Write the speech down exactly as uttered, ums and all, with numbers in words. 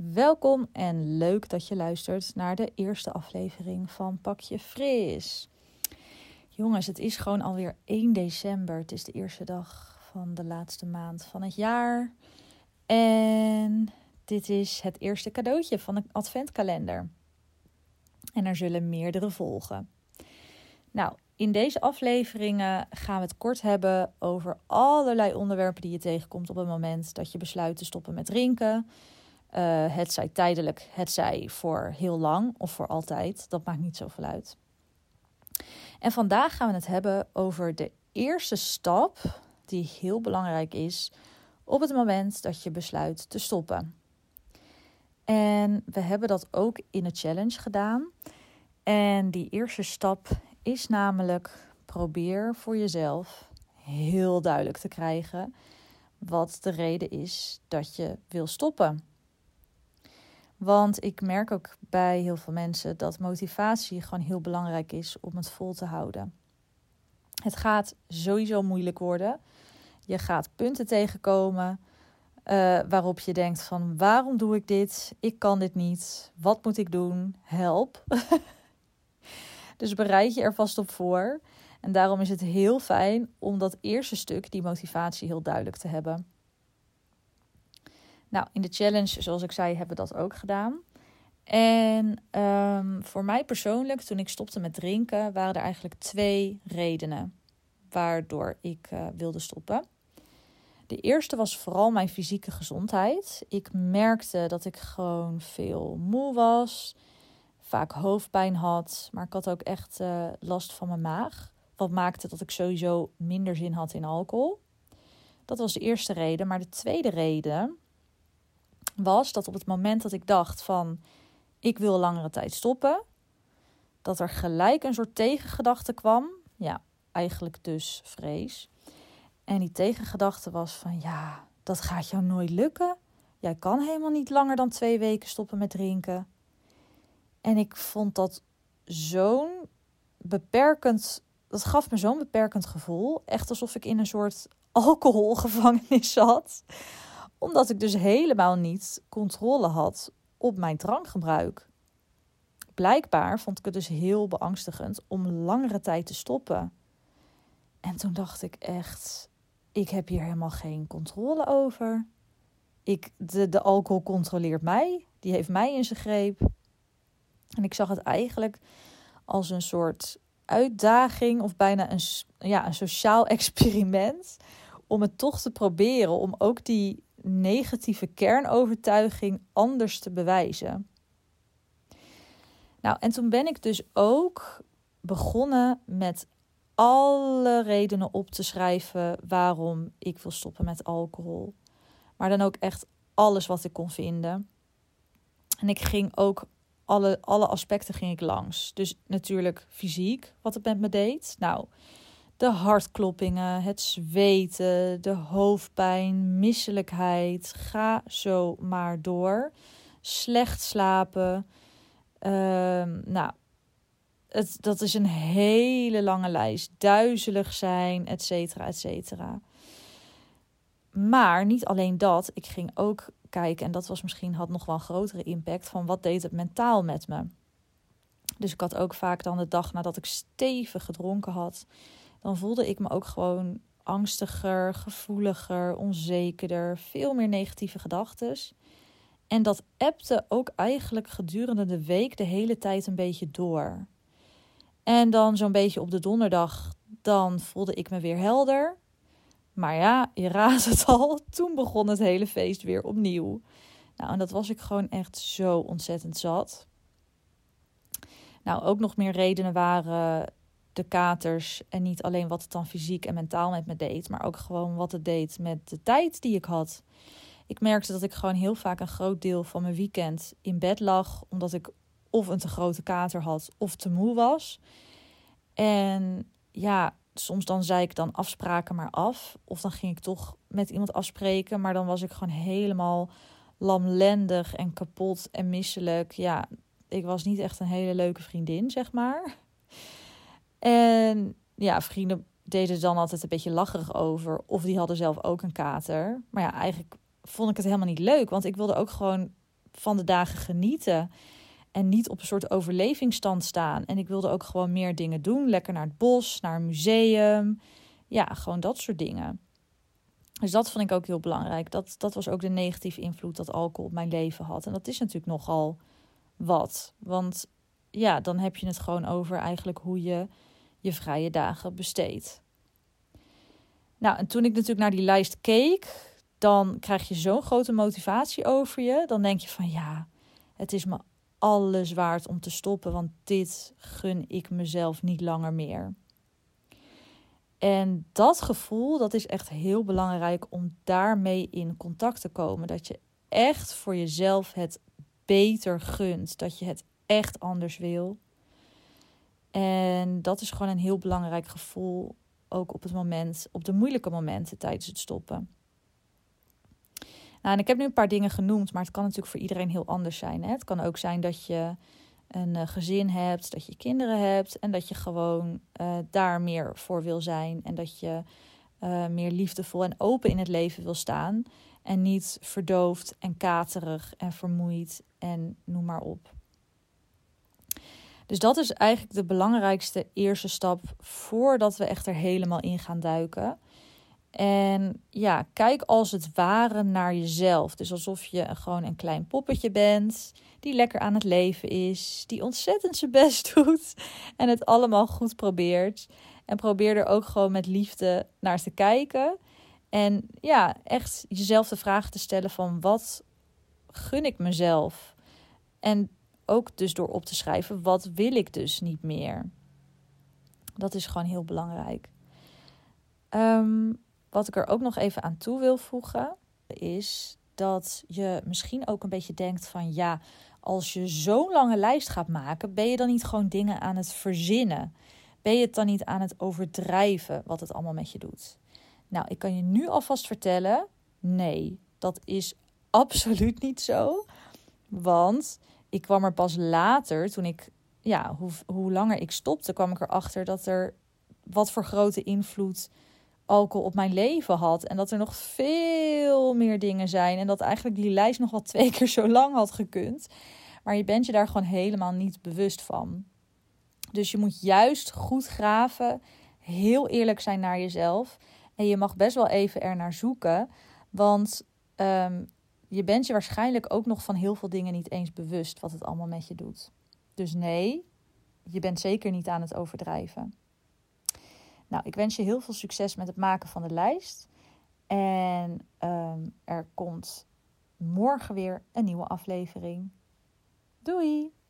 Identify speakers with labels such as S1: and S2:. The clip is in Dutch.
S1: Welkom en leuk dat je luistert naar de eerste aflevering van Pakje Fris. Jongens, het is gewoon alweer één december. Het is de eerste dag van de laatste maand van het jaar. En dit is het eerste cadeautje van de adventkalender. En er zullen meerdere volgen. Nou, in deze afleveringen gaan we het kort hebben over allerlei onderwerpen die je tegenkomt op het moment dat je besluit te stoppen met drinken. Uh, het zij tijdelijk, het zij voor heel lang of voor altijd. Dat maakt niet zoveel uit. En vandaag gaan we het hebben over de eerste stap die heel belangrijk is op het moment dat je besluit te stoppen. En we hebben dat ook in een challenge gedaan. En die eerste stap is namelijk: probeer voor jezelf heel duidelijk te krijgen wat de reden is dat je wil stoppen. Want ik merk ook bij heel veel mensen dat motivatie gewoon heel belangrijk is om het vol te houden. Het gaat sowieso moeilijk worden. Je gaat punten tegenkomen uh, waarop je denkt van: waarom doe ik dit? Ik kan dit niet. Wat moet ik doen? Help. Dus bereid je er vast op voor. En daarom is het heel fijn om dat eerste stuk, die motivatie, heel duidelijk te hebben. Nou, in de challenge, zoals ik zei, hebben we dat ook gedaan. En um, voor mij persoonlijk, toen ik stopte met drinken, waren er eigenlijk twee redenen waardoor ik uh, wilde stoppen. De eerste was vooral mijn fysieke gezondheid. Ik merkte dat ik gewoon veel moe was, vaak hoofdpijn had, maar ik had ook echt uh, last van mijn maag. Wat maakte dat ik sowieso minder zin had in alcohol. Dat was de eerste reden. Maar de tweede reden was dat op het moment dat ik dacht van: ik wil langere tijd stoppen, dat er gelijk een soort tegengedachte kwam. Ja, eigenlijk dus vrees. En die tegengedachte was van: ja, dat gaat jou nooit lukken. Jij kan helemaal niet langer dan twee weken stoppen met drinken. En ik vond dat zo'n beperkend, dat gaf me zo'n beperkend gevoel. Echt alsof ik in een soort alcoholgevangenis zat. Omdat ik dus helemaal niet controle had op mijn drankgebruik. Blijkbaar vond ik het dus heel beangstigend om langere tijd te stoppen. En toen dacht ik echt: ik heb hier helemaal geen controle over. Ik, de, de alcohol controleert mij. Die heeft mij in zijn greep. En ik zag het eigenlijk als een soort uitdaging of bijna een, ja, een sociaal experiment. Om het toch te proberen om ook die negatieve kernovertuiging anders te bewijzen. Nou, en toen ben ik dus ook begonnen met alle redenen op te schrijven waarom ik wil stoppen met alcohol. Maar dan ook echt alles wat ik kon vinden. En ik ging ook alle, alle aspecten ging ik langs. Dus natuurlijk fysiek, wat het met me deed. Nou, de hartkloppingen, het zweten, de hoofdpijn, misselijkheid. Ga zo maar door. Slecht slapen. Uh, nou, het, dat is een hele lange lijst. Duizelig zijn, et cetera, et cetera. Maar niet alleen dat. Ik ging ook kijken, en dat was misschien had nog wel een grotere impact, van wat deed het mentaal met me. Dus ik had ook vaak dan de dag nadat ik stevig gedronken had, dan voelde ik me ook gewoon angstiger, gevoeliger, onzekerder, veel meer negatieve gedachten. En dat ebte ook eigenlijk gedurende de week de hele tijd een beetje door. En dan zo'n beetje op de donderdag, dan voelde ik me weer helder. Maar ja, je raadt het al, toen begon het hele feest weer opnieuw. Nou, en dat was ik gewoon echt zo ontzettend zat. Nou, ook nog meer redenen waren de katers. En niet alleen wat het dan fysiek en mentaal met me deed, maar ook gewoon wat het deed met de tijd die ik had. Ik merkte dat ik gewoon heel vaak een groot deel van mijn weekend in bed lag, omdat ik of een te grote kater had of te moe was. En ja, soms dan zei ik dan afspraken maar af. Of dan ging ik toch met iemand afspreken, maar dan was ik gewoon helemaal lamlendig en kapot en misselijk. Ja, ik was niet echt een hele leuke vriendin, zeg maar. En ja, vrienden deden er dan altijd een beetje lacherig over. Of die hadden zelf ook een kater. Maar ja, eigenlijk vond ik het helemaal niet leuk. Want ik wilde ook gewoon van de dagen genieten. En niet op een soort overlevingsstand staan. En ik wilde ook gewoon meer dingen doen. Lekker naar het bos, naar een museum. Ja, gewoon dat soort dingen. Dus dat vond ik ook heel belangrijk. Dat, dat was ook de negatieve invloed dat alcohol op mijn leven had. En dat is natuurlijk nogal wat. Want ja, dan heb je het gewoon over eigenlijk hoe je je vrije dagen besteedt. Nou, en toen ik natuurlijk naar die lijst keek, dan krijg je zo'n grote motivatie over je. Dan denk je van ja, het is me alles waard om te stoppen, want dit gun ik mezelf niet langer meer. En dat gevoel, dat is echt heel belangrijk om daarmee in contact te komen. Dat je echt voor jezelf het beter gunt. Dat je het echt anders wil. En dat is gewoon een heel belangrijk gevoel. Ook op het moment, op de moeilijke momenten tijdens het stoppen. Nou, en ik heb nu een paar dingen genoemd, maar het kan natuurlijk voor iedereen heel anders zijn. Hè? Het kan ook zijn dat je een uh, gezin hebt, dat je kinderen hebt en dat je gewoon uh, daar meer voor wil zijn. En dat je uh, meer liefdevol en open in het leven wil staan. En niet verdoofd en katerig en vermoeid en noem maar op. Dus dat is eigenlijk de belangrijkste eerste stap voordat we echt er helemaal in gaan duiken. En ja, kijk als het ware naar jezelf. Dus alsof je gewoon een klein poppetje bent, die lekker aan het leven is, die ontzettend zijn best doet en het allemaal goed probeert. En probeer er ook gewoon met liefde naar te kijken. En ja, echt jezelf de vraag te stellen van wat gun ik mezelf? En ook dus door op te schrijven, wat wil ik dus niet meer? Dat is gewoon heel belangrijk. Um, wat ik er ook nog even aan toe wil voegen, is dat je misschien ook een beetje denkt van ja, als je zo'n lange lijst gaat maken, ben je dan niet gewoon dingen aan het verzinnen? Ben je het dan niet aan het overdrijven wat het allemaal met je doet? Nou, ik kan je nu alvast vertellen, nee, dat is absoluut niet zo. Want ik kwam er pas later, toen ik, ja, hoe, hoe langer ik stopte, kwam ik erachter dat er wat voor grote invloed alcohol op mijn leven had. En dat er nog veel meer dingen zijn. En dat eigenlijk die lijst nog wel twee keer zo lang had gekund. Maar je bent je daar gewoon helemaal niet bewust van. Dus je moet juist goed graven. Heel eerlijk zijn naar jezelf. En je mag best wel even er naar zoeken. Want um, je bent je waarschijnlijk ook nog van heel veel dingen niet eens bewust wat het allemaal met je doet. Dus nee, je bent zeker niet aan het overdrijven. Nou, ik wens je heel veel succes met het maken van de lijst. En um, er komt morgen weer een nieuwe aflevering. Doei!